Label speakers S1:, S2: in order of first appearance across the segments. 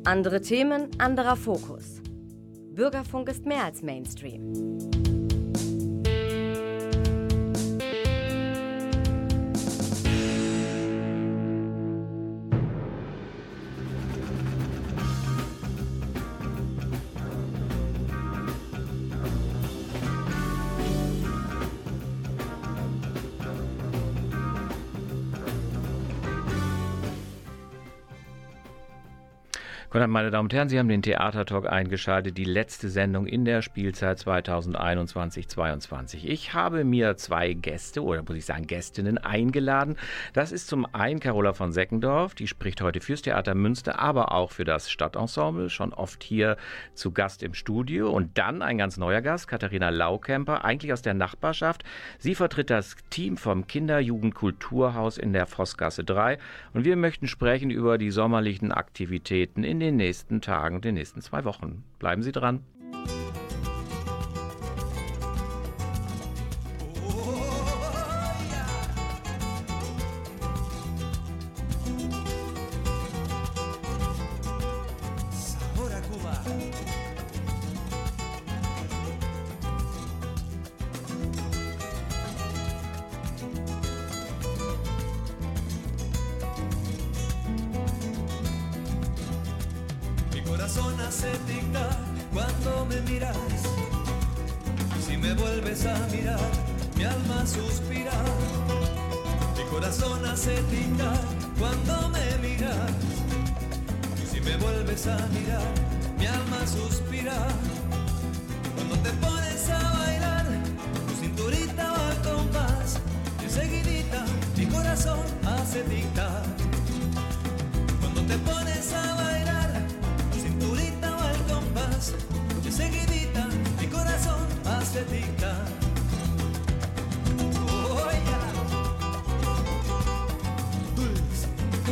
S1: Andere Themen, anderer Fokus. Bürgerfunk ist mehr als Mainstream.
S2: Guten Abend, meine Damen und Herren, Sie haben den Theatertalk eingeschaltet, die letzte Sendung in der Spielzeit 2021-22. Ich habe mir zwei Gäste, oder muss ich sagen Gästinnen, eingeladen. Das ist zum einen Carola von Seckendorf, die spricht heute fürs Theater Münster, aber auch für das Stadtensemble, schon oft hier zu Gast im Studio. Und dann ein ganz neuer Gast, Katharina Laukemper, eigentlich aus der Nachbarschaft. Sie vertritt das Team vom Kinder-Jugend-Kulturhaus in der Vossgasse 3. Und wir möchten sprechen über die sommerlichen Aktivitäten in den nächsten Tagen, den nächsten 2 Wochen. Bleiben Sie dran.
S3: Hace tic-tac cuando me miras. Si me vuelves a mirar, mi alma suspira. Mi corazón hace tic-tac cuando me miras. Si me vuelves a mirar, mi alma suspira. Cuando te pones a bailar, tu cinturita va al compás. Y enseguidita mi corazón hace tic-tac. Cuando te pones a bailar, cinturita va al compás, y seguidita mi corazón hace tic-tac. Oh, yeah. Dulce.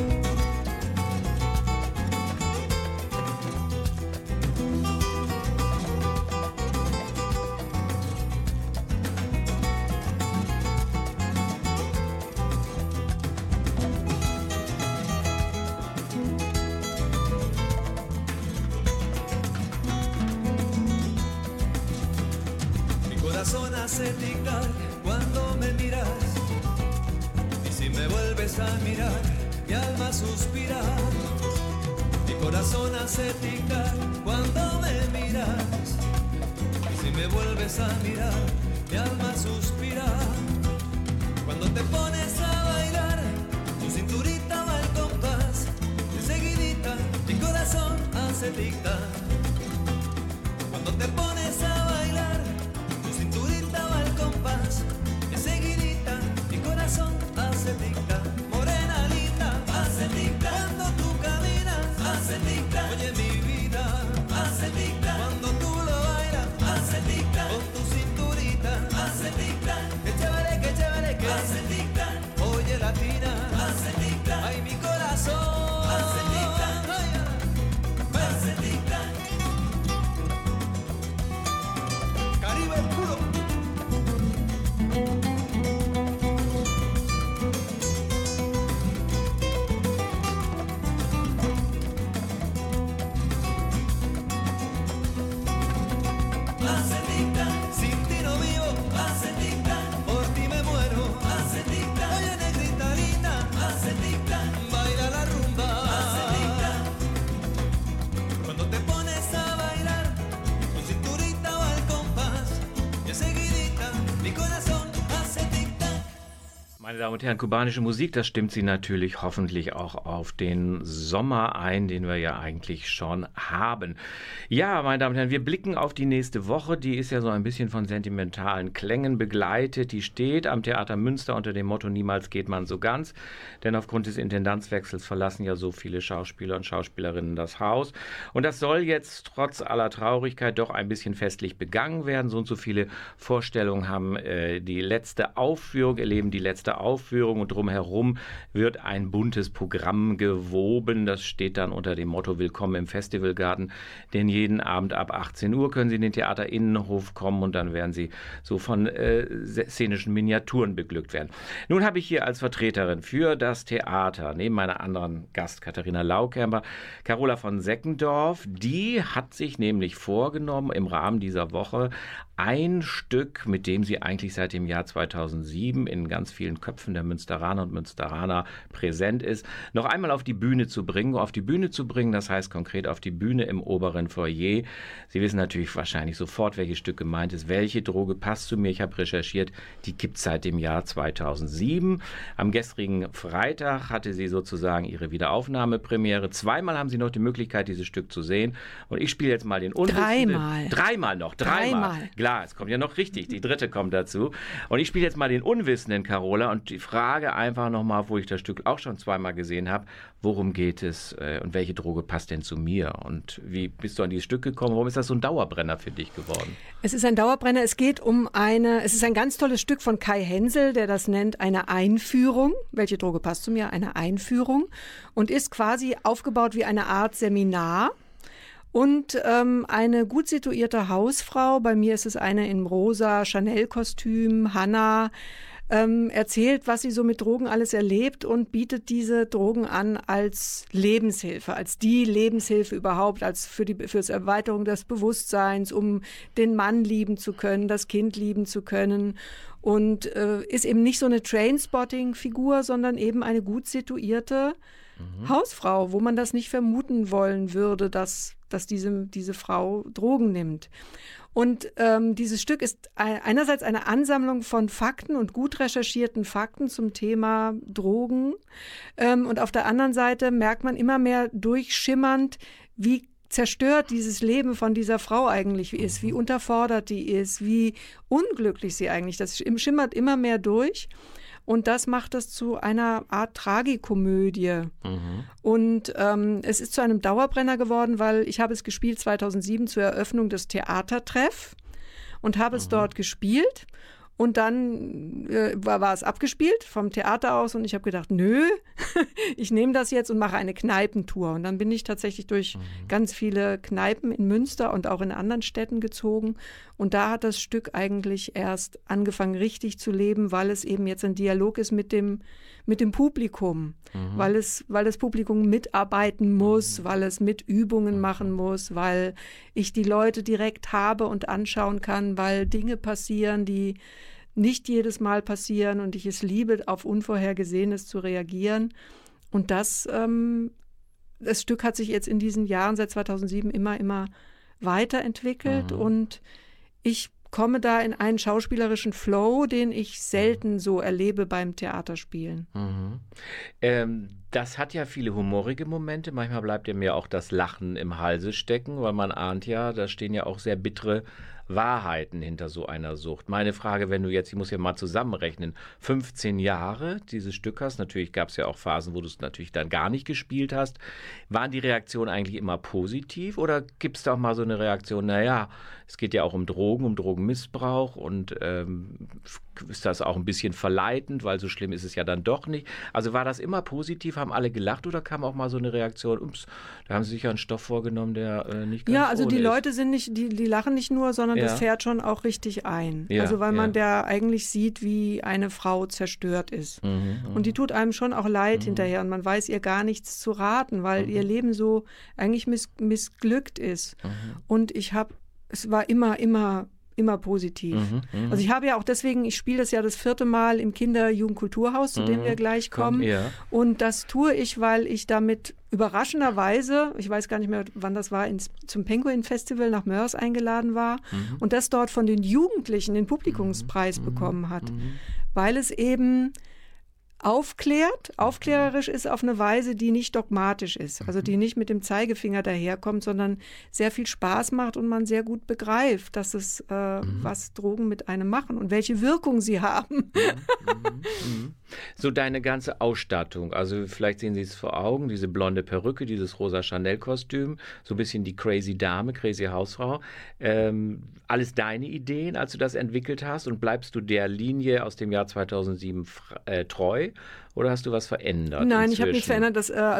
S3: Hace tic-tac cuando me miras, y si me vuelves a mirar, mi alma suspira. Mi corazón hace tic-tac cuando me miras, y si me vuelves a mirar, mi alma suspira. Cuando te pones a bailar, tu cinturita va al compás, y enseguidita mi corazón hace tic-tac. Cuando te pones a bailar, cinturita va al compás, enseguidita mi corazón hace tic-tac. Morena linda, hace tic-tac. Cuando tú caminas, hace tic-tac. Oye mi vida, hace tic-tac. Cuando tú lo bailas, hace tic-tac. Con tu cinturita, hace tic-tac. Que chévere, que hace tic-tac. Oye latina, hace tic-tac. Ay mi corazón, hace tic-tac. Hace tic-tac. Caribe puro. Hace tic-tac, sin ti no vivo, hace tic-tac, por ti me muero, hace tic-tac, oye negrita linda, hace tic-tac, baila la rumba, hace tic-tac. Cuando te pones a bailar, tu cinturita va al compás, y enseguidita mi corazón hace tic-tac.
S2: Meine Damen und Herren, kubanische Musik, das stimmt Sie natürlich hoffentlich auch auf den Sommer ein, den wir ja eigentlich schon haben. Ja, meine Damen und Herren, wir blicken auf die nächste Woche. Die ist ja so ein bisschen von sentimentalen Klängen begleitet. Die steht am Theater Münster unter dem Motto Niemals geht man so ganz. Denn aufgrund des Intendanzwechsels verlassen ja so viele Schauspieler und Schauspielerinnen das Haus. Und das soll jetzt trotz aller Traurigkeit doch ein bisschen festlich begangen werden. So und so viele Vorstellungen haben die letzte Aufführung, erleben die letzte Aufführung und drumherum wird ein buntes Programm gewoben. Das steht dann unter dem Motto Willkommen im Festivalgarten, denn jeden Abend ab 18 Uhr können Sie in den Theaterinnenhof kommen und dann werden Sie so von szenischen Miniaturen beglückt werden. Nun habe ich hier als Vertreterin für das Theater, neben meiner anderen Gast Katharina Laukerber, Carola von Seckendorf. Die hat sich nämlich vorgenommen, im Rahmen dieser Woche ein Stück, mit dem sie eigentlich seit dem Jahr 2007 in ganz vielen Köpfen der Münsteraner und Münsteraner präsent ist, noch einmal auf die Bühne zu bringen. Auf die Bühne zu bringen, das heißt konkret auf die Bühne im oberen Foyer. Sie wissen natürlich wahrscheinlich sofort, welches Stück gemeint ist. Welche Droge passt zu mir? Ich habe recherchiert, die gibt es seit dem Jahr 2007. Am gestrigen Freitag hatte sie sozusagen ihre Wiederaufnahmepremiere. Zweimal haben Sie noch die Möglichkeit, dieses Stück zu sehen. Und ich spiele jetzt mal den Unwissenden. Dreimal. Klar, es kommt ja noch richtig. Die dritte kommt dazu. Und ich spiele jetzt mal den Unwissenden, Carola. Und die Frage einfach nochmal, wo ich das Stück auch schon zweimal gesehen habe, worum geht es und welche Droge passt denn zu mir? Und wie bist du an dieses Stück gekommen? Warum ist das so ein Dauerbrenner für dich geworden?
S4: Es ist ein Dauerbrenner. Es geht es ist ein ganz tolles Stück von Kai Hensel, der das nennt eine Einführung. Welche Droge passt zu mir? Eine Einführung. Und ist quasi aufgebaut wie eine Art Seminar. Und eine gut situierte Hausfrau, bei mir ist es eine im rosa Chanel-Kostüm, Hannah, erzählt, was sie so mit Drogen alles erlebt und bietet diese Drogen an als Lebenshilfe, als die Lebenshilfe überhaupt, als für die Erweiterung des Bewusstseins, um den Mann lieben zu können, das Kind lieben zu können. Und ist eben nicht so eine Trainspotting-Figur, sondern eben eine gut situierte Hausfrau, wo man das nicht vermuten wollen würde, dass diese Frau Drogen nimmt. Und dieses Stück ist einerseits eine Ansammlung von Fakten und gut recherchierten Fakten zum Thema Drogen. Und auf der anderen Seite merkt man immer mehr durchschimmernd, wie zerstört dieses Leben von dieser Frau eigentlich ist, wie unterfordert die ist, wie unglücklich sie eigentlich ist. Das schimmert immer mehr durch. Und das macht es zu einer Art Tragikomödie. Und es ist zu einem Dauerbrenner geworden, weil ich habe es gespielt 2007 zur Eröffnung des Theatertreff und habe es dort gespielt. Und dann war es abgespielt vom Theater aus und ich habe gedacht, nö, ich nehme das jetzt und mache eine Kneipentour. Und dann bin ich tatsächlich durch ganz viele Kneipen in Münster und auch in anderen Städten gezogen. Und da hat das Stück eigentlich erst angefangen richtig zu leben, weil es eben jetzt ein Dialog ist mit dem Publikum, weil das Publikum mitarbeiten muss, weil es mit Übungen machen muss, weil ich die Leute direkt habe und anschauen kann, weil Dinge passieren, die nicht jedes Mal passieren und ich es liebe, auf Unvorhergesehenes zu reagieren. Und das Stück hat sich jetzt in diesen Jahren, seit 2007, immer weiterentwickelt und ich komme da in einen schauspielerischen Flow, den ich selten so erlebe beim Theaterspielen.
S2: Das hat ja viele humorige Momente. Manchmal bleibt mir auch das Lachen im Halse stecken, weil man ahnt ja, da stehen ja auch sehr bittere Wahrheiten hinter so einer Sucht. Meine Frage, wenn du jetzt, ich muss ja mal zusammenrechnen, 15 Jahre dieses Stück hast, natürlich gab es ja auch Phasen, wo du es natürlich dann gar nicht gespielt hast. Waren die Reaktionen eigentlich immer positiv oder gibt es da auch mal so eine Reaktion, naja, es geht ja auch um Drogen, um Drogenmissbrauch und ist das auch ein bisschen verleitend, weil so schlimm ist es ja dann doch nicht. Also war das immer positiv, haben alle gelacht oder kam auch mal so eine Reaktion, ups, da haben sie sich ja einen Stoff vorgenommen, der nicht ganz
S4: Ja, also die
S2: ohne
S4: Leute
S2: ist.
S4: sind nicht, die lachen nicht nur, sondern das fährt schon auch richtig ein.
S2: Ja,
S4: also weil man da eigentlich sieht, wie eine Frau zerstört ist. Und die tut einem schon auch leid hinterher und man weiß ihr gar nichts zu raten, weil ihr Leben so eigentlich missglückt ist. Und es war immer positiv. Also ich habe ja auch deswegen, ich spiele das ja das 4. Mal im Kinder-Jugendkulturhaus, zu dem wir gleich kommen. Und das tue ich, weil ich damit überraschenderweise, ich weiß gar nicht mehr, wann das war, zum Penguin-Festival nach Mörs eingeladen war und das dort von den Jugendlichen den Publikumspreis bekommen hat. Weil es eben aufklärerisch ist auf eine Weise, die nicht dogmatisch ist, also die nicht mit dem Zeigefinger daherkommt, sondern sehr viel Spaß macht und man sehr gut begreift, dass es was Drogen mit einem machen und welche Wirkung sie haben.
S2: So deine ganze Ausstattung, also vielleicht sehen Sie es vor Augen, diese blonde Perücke, dieses rosa Chanel-Kostüm, so ein bisschen die crazy Dame, crazy Hausfrau. Alles deine Ideen, als du das entwickelt hast, und bleibst du der Linie aus dem Jahr 2007 treu oder hast du was verändert?
S4: Nein, ich habe nichts verändert.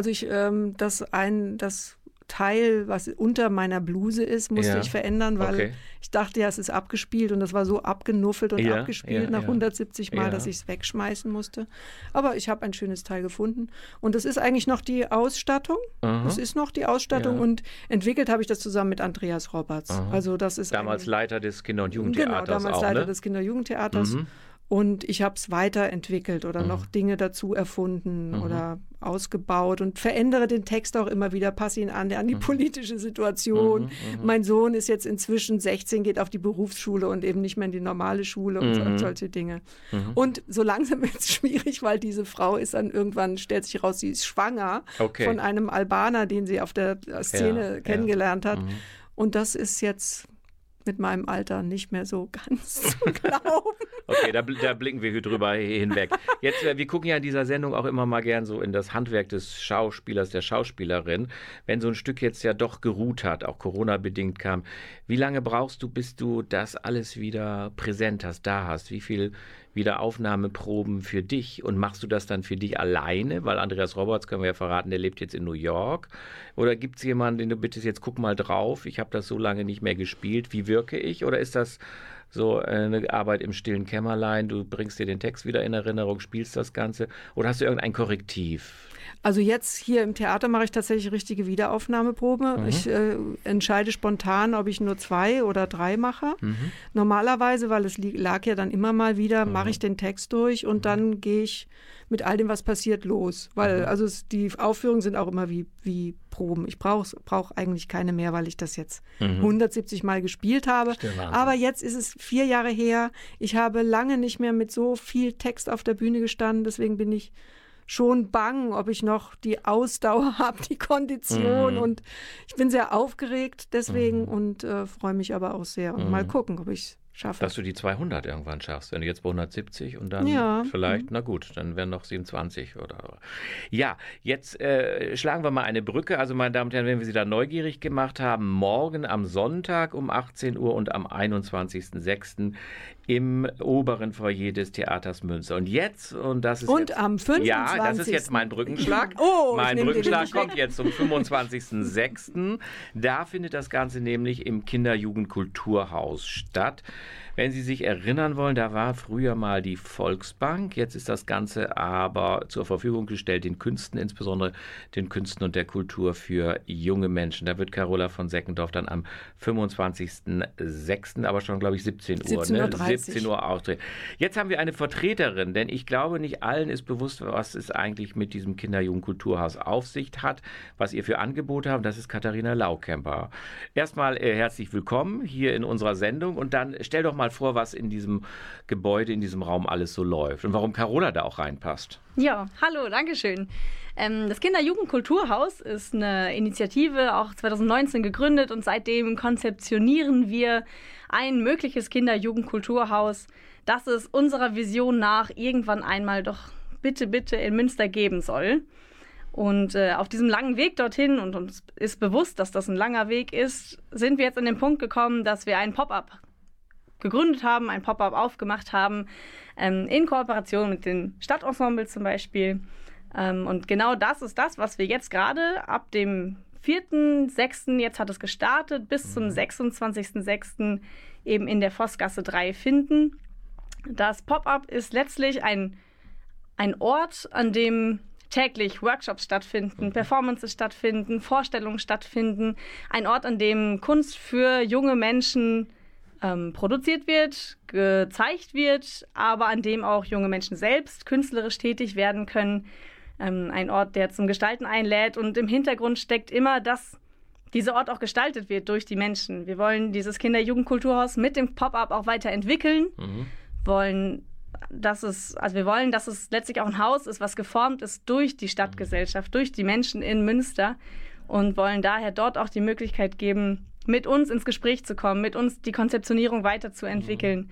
S4: Das Teil, was unter meiner Bluse ist, musste ich verändern, weil ich dachte ja, es ist abgespielt und das war so abgenuffelt und abgespielt nach 170 Mal, dass ich es wegschmeißen musste. Aber ich habe ein schönes Teil gefunden und das ist eigentlich noch die Ausstattung. Das ist noch die Ausstattung und entwickelt habe ich das zusammen mit Andreas Roberts. Also das ist
S2: damals Leiter des Kinder- und Jugendtheaters.
S4: Genau, damals
S2: auch,
S4: Leiter
S2: ne?
S4: des Kinder- und Jugendtheaters. Und ich habe es weiterentwickelt oder noch Dinge dazu erfunden oder ausgebaut und verändere den Text auch immer wieder, passe ihn an die politische Situation. Mein Sohn ist jetzt inzwischen 16, geht auf die Berufsschule und eben nicht mehr in die normale Schule und solche Dinge. Und so langsam wird es schwierig, weil diese Frau ist dann irgendwann, stellt sich raus, sie ist schwanger von einem Albaner, den sie auf der Szene kennengelernt hat. Und das ist jetzt mit meinem Alter nicht mehr so ganz zu glauben.
S2: Okay, da blicken wir drüber hinweg. Jetzt, wir gucken ja in dieser Sendung auch immer mal gern so in das Handwerk des Schauspielers, der Schauspielerin. Wenn so ein Stück jetzt ja doch geruht hat, auch Corona-bedingt kam, wie lange brauchst du, bis du das alles wieder präsent hast, da hast? Wie viel wieder Aufnahmeproben für dich? Und machst du das dann für dich alleine? Weil Andreas Roberts, können wir ja verraten, der lebt jetzt in New York. Oder gibt es jemanden, den du bittest, jetzt guck mal drauf, ich habe das so lange nicht mehr gespielt, wie wirke ich? Oder ist das so eine Arbeit im stillen Kämmerlein, du bringst dir den Text wieder in Erinnerung, spielst das Ganze? Oder hast du irgendein Korrektiv?
S4: Also jetzt hier im Theater mache ich tatsächlich richtige Wiederaufnahmeprobe. Ich entscheide spontan, ob ich nur 2 oder 3 mache. Normalerweise, weil es lag ja dann immer mal wieder, mache ich den Text durch und dann gehe ich mit all dem, was passiert, los. Weil die Aufführungen sind auch immer wie Proben. Ich brauch eigentlich keine mehr, weil ich das jetzt 170 Mal gespielt habe. Aber jetzt ist es 4 Jahre her. Ich habe lange nicht mehr mit so viel Text auf der Bühne gestanden. Deswegen bin ich schon bang, ob ich noch die Ausdauer habe, die Kondition. Und ich bin sehr aufgeregt deswegen und freue mich aber auch sehr. Und mal gucken, ob ich es schaffe.
S2: Dass du die 200 irgendwann schaffst. Wenn du jetzt bei 170 und dann vielleicht, na gut, dann wären noch 27 oder. Ja, jetzt schlagen wir mal eine Brücke. Also, meine Damen und Herren, wenn wir Sie da neugierig gemacht haben, morgen am Sonntag um 18 Uhr und am 21.06. im oberen Foyer des Theaters Münster. Und jetzt, und das ist
S4: und
S2: jetzt,
S4: am 25.
S2: Ja, das ist jetzt mein Brückenschlag. Mein Brückenschlag kommt jetzt zum 25.06. Da findet das Ganze nämlich im Kinder-Jugend-Kulturhaus statt. Wenn Sie sich erinnern wollen, da war früher mal die Volksbank. Jetzt ist das Ganze aber zur Verfügung gestellt den Künsten, insbesondere den Künsten und der Kultur für junge Menschen. Da wird Carola von Seckendorf dann am 25.06., aber schon, glaube ich, 17 Uhr. 17 Uhr auftreten. Jetzt haben wir eine Vertreterin, denn ich glaube, nicht allen ist bewusst, was es eigentlich mit diesem Kinder-Jugend-Kulturhaus auf sich hat, was ihr für Angebote habt. Das ist Katharina Laukemper. Erstmal herzlich willkommen hier in unserer Sendung und dann stell doch mal vor, was in diesem Gebäude, in diesem Raum alles so läuft und warum Carola da auch reinpasst.
S5: Ja, hallo, dankeschön. Das Kinder-Jugend-Kulturhaus ist eine Initiative, auch 2019 gegründet und seitdem konzeptionieren wir ein mögliches Kinder-Jugend-Kulturhaus, das es unserer Vision nach irgendwann einmal doch bitte in Münster geben soll. Und auf diesem langen Weg dorthin, und uns ist bewusst, dass das ein langer Weg ist, sind wir jetzt an den Punkt gekommen, dass wir ein Pop-up gegründet haben, ein Pop-up aufgemacht haben, in Kooperation mit den Stadtensembles zum Beispiel. Und genau das ist das, was wir jetzt gerade ab dem 4.6., jetzt hat es gestartet, bis zum 26.6. eben in der Vossgasse 3 finden. Das Pop-up ist letztlich ein Ort, an dem täglich Workshops stattfinden, Performances stattfinden, Vorstellungen stattfinden. Ein Ort, an dem Kunst für junge Menschen produziert wird, gezeigt wird, aber an dem auch junge Menschen selbst künstlerisch tätig werden können. Ein Ort, der zum Gestalten einlädt und im Hintergrund steckt immer, dass dieser Ort auch gestaltet wird durch die Menschen. Wir wollen dieses Kinder-Jugend-Kulturhaus mit dem Pop-up auch weiterentwickeln. Wir wollen, dass es letztlich auch ein Haus ist, was geformt ist durch die Stadtgesellschaft, durch die Menschen in Münster und wollen daher dort auch die Möglichkeit geben, mit uns ins Gespräch zu kommen, mit uns die Konzeptionierung weiterzuentwickeln.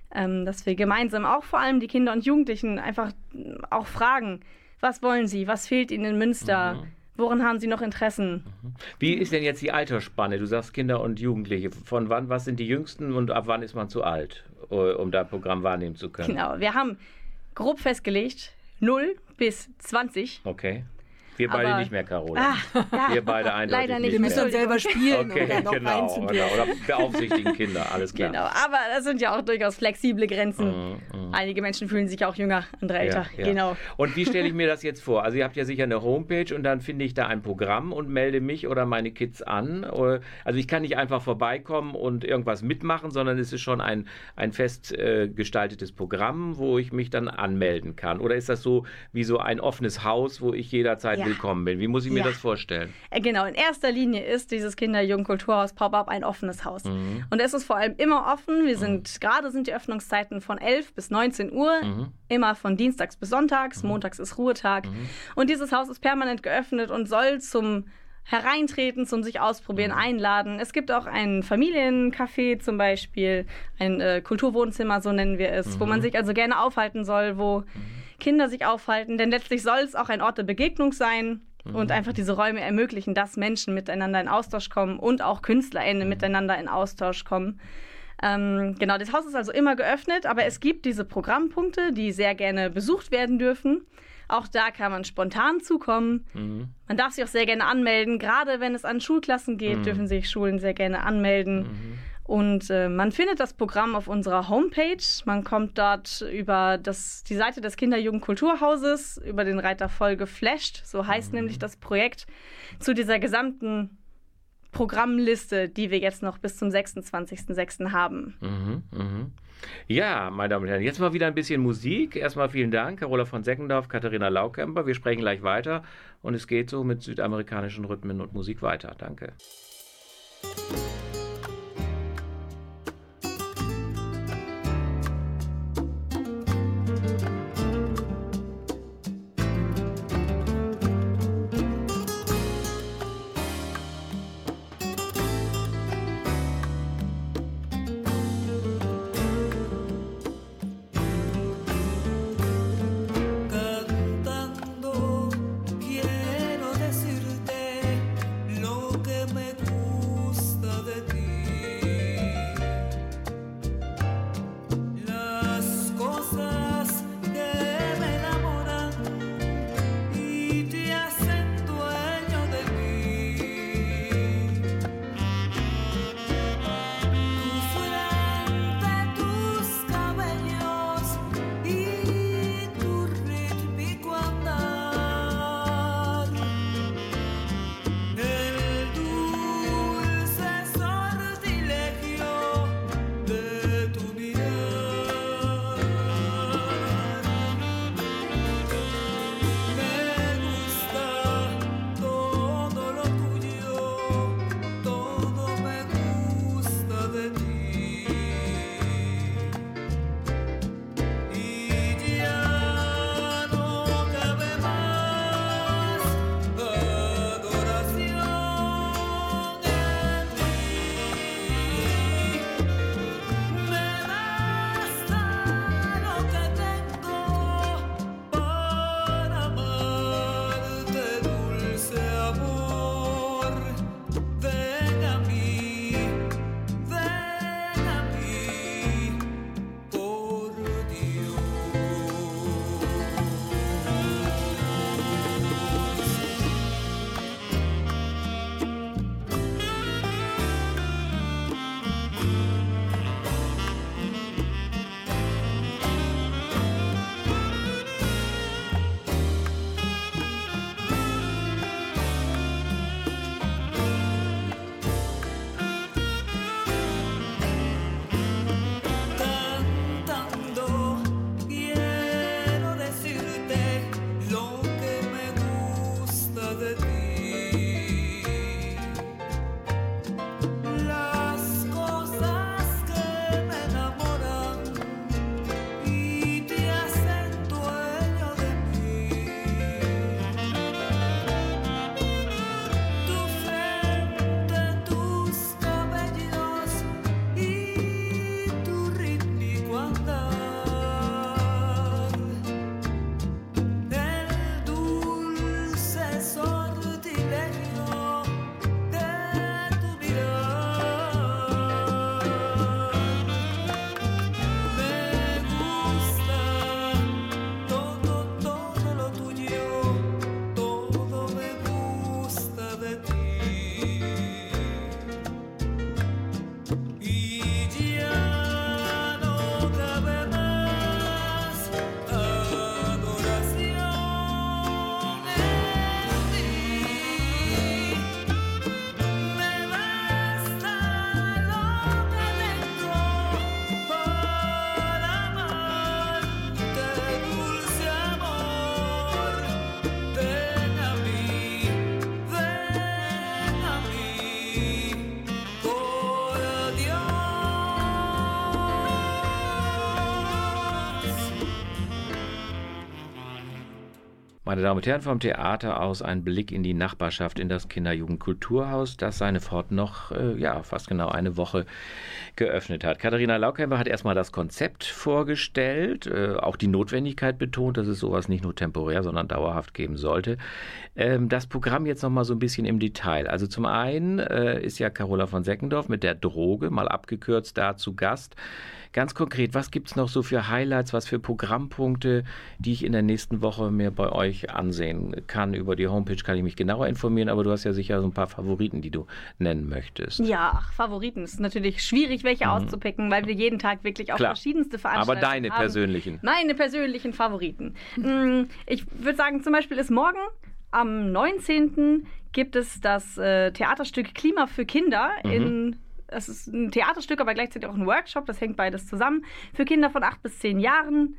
S5: dass wir gemeinsam auch vor allem die Kinder und Jugendlichen einfach auch fragen, was wollen sie, was fehlt ihnen in Münster, worin haben sie noch Interessen.
S2: Wie ist denn jetzt die Altersspanne? Du sagst Kinder und Jugendliche. Von wann, was sind die Jüngsten und ab wann ist man zu alt, um dein Programm wahrnehmen zu können?
S5: Genau, wir haben grob festgelegt 0 bis 20.
S2: Okay. Wir beide nicht mehr, Carola.
S5: Ja,
S2: Wir beide eindeutig
S5: leider nicht.
S4: Wir müssen dann selber spielen
S2: Okay,
S4: oder noch
S2: genau.
S4: reinzubringen.
S2: Oder beaufsichtigen Kinder, alles klar.
S5: Genau, aber das sind ja auch durchaus flexible Grenzen. Einige Menschen fühlen sich auch jünger, andere älter.
S2: Ja.
S5: Genau.
S2: Und wie stelle ich mir das jetzt vor? Also ihr habt ja sicher eine Homepage und dann finde ich da ein Programm und melde mich oder meine Kids an. Also ich kann nicht einfach vorbeikommen und irgendwas mitmachen, sondern es ist schon ein fest gestaltetes Programm, wo ich mich dann anmelden kann. Oder ist das so wie so ein offenes Haus, wo ich jederzeit willkommen bin? Wie muss ich mir das vorstellen?
S5: Genau, in erster Linie ist dieses Kinder-Jugendkulturhaus Pop-Up ein offenes Haus. Und es ist vor allem immer offen. Gerade sind die Öffnungszeiten von 11 bis 19 Uhr, immer von Dienstags bis Sonntags. Montags ist Ruhetag. Und dieses Haus ist permanent geöffnet und soll zum Hereintreten, zum sich ausprobieren, einladen. Es gibt auch ein Familiencafé zum Beispiel, ein Kulturwohnzimmer, so nennen wir es, wo man sich also gerne aufhalten soll, wo Kinder sich aufhalten. Denn letztlich soll es auch ein Ort der Begegnung sein und einfach diese Räume ermöglichen, dass Menschen miteinander in Austausch kommen und auch KünstlerInnen miteinander in Austausch kommen. Genau, das Haus ist also immer geöffnet, aber es gibt diese Programmpunkte, die sehr gerne besucht werden dürfen. Auch da kann man spontan zukommen. Man darf sich auch sehr gerne anmelden. Gerade wenn es an Schulklassen geht, dürfen sich Schulen sehr gerne anmelden. Und man findet das Programm auf unserer Homepage. Man kommt dort über die Seite des Kinder-Jugend-Kulturhauses, über den Reiter voll geflasht, so heißt nämlich das Projekt, zu dieser gesamten Programmliste, die wir jetzt noch bis zum 26.06. haben.
S2: Ja, meine Damen und Herren, jetzt mal wieder ein bisschen Musik. Erstmal vielen Dank, Carola von Seckendorf, Katharina Laukemper. Wir sprechen gleich weiter und es geht so mit südamerikanischen Rhythmen und Musik weiter. Danke.
S3: Quiero decirte lo que me gusta de
S2: Meine Damen und Herren, vom Theater aus ein Blick in die Nachbarschaft, in das Kinder-Jugend-Kulturhaus, das seine Pforten noch fast genau eine Woche geöffnet hat. Katharina Laukemper hat erstmal das Konzept vorgestellt, auch die Notwendigkeit betont, dass es sowas nicht nur temporär, sondern dauerhaft geben sollte. Das Programm jetzt noch mal so ein bisschen im Detail. Also zum einen ist ja Carola von Seckendorf mit der Droge, mal abgekürzt, da zu Gast. Ganz konkret, was gibt es noch so für Highlights, was für Programmpunkte, die ich in der nächsten Woche mir bei euch ansehen kann? Über die Homepage kann ich mich genauer informieren, aber du hast ja sicher so ein paar Favoriten, die du nennen möchtest.
S5: Ja, Favoriten ist natürlich schwierig, welche auszupicken, weil wir jeden Tag wirklich auch verschiedenste Veranstaltungen haben.
S2: Aber deine persönlichen?
S5: Meine persönlichen Favoriten. Ich würde sagen, zum Beispiel ist morgen am 19. gibt es das Theaterstück Klima für Kinder Es ist ein Theaterstück, aber gleichzeitig auch ein Workshop. Das hängt beides zusammen. Für Kinder von 8 bis 10 Jahren.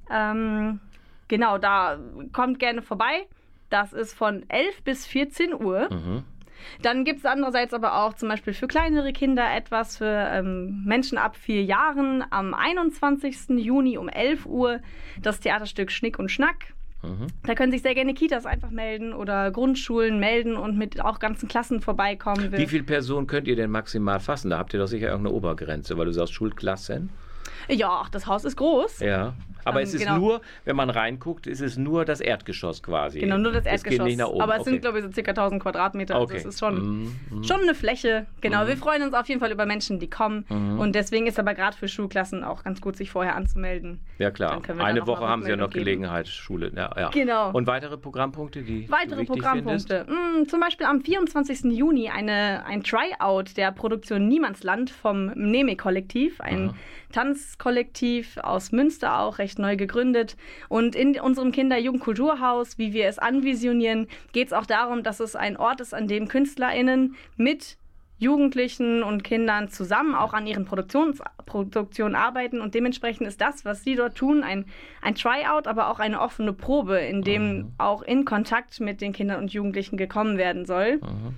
S5: Genau, da kommt gerne vorbei. Das ist von 11 bis 14 Uhr. Dann gibt es andererseits aber auch zum Beispiel für kleinere Kinder etwas für Menschen ab 4 Jahren. Am 21. Juni um 11 Uhr das Theaterstück Schnick und Schnack. Da können sich sehr gerne Kitas einfach melden oder Grundschulen melden und mit auch ganzen Klassen vorbeikommen.
S2: Wie viele Personen könnt ihr denn maximal fassen? Da habt ihr doch sicher irgendeine Obergrenze, weil du sagst Schulklassen.
S5: Ja, das Haus ist groß.
S2: Ja. Aber es ist nur, wenn man reinguckt, ist es nur das Erdgeschoss quasi.
S5: Genau, nur das Erdgeschoss.
S2: Es geht nicht nach oben.
S5: Aber es sind, glaube ich, so ca. 1000 Quadratmeter. Also es ist schon eine Fläche. Genau, wir freuen uns auf jeden Fall über Menschen, die kommen. Und deswegen ist aber gerade für Schulklassen auch ganz gut, sich vorher anzumelden.
S2: Ja, klar. Eine Woche haben sie ja noch Gelegenheit, Schule. Ja.
S5: Genau.
S2: Und weitere Programmpunkte, die
S5: weitere
S2: du wichtig
S5: Programmpunkte.
S2: findest?
S5: Zum Beispiel am 24. Juni ein Tryout der Produktion Niemandsland vom Mneme-Kollektiv. Ein Tanzkollektiv aus Münster, auch recht neu gegründet. Und in unserem Kinder-Jugend-Kulturhaus, wie wir es anvisionieren, geht es auch darum, dass es ein Ort ist, an dem KünstlerInnen mit Jugendlichen und Kindern zusammen auch an ihren Produktionen arbeiten. Und dementsprechend ist das, was sie dort tun, ein Tryout, aber auch eine offene Probe, in dem auch in Kontakt mit den Kindern und Jugendlichen gekommen werden soll.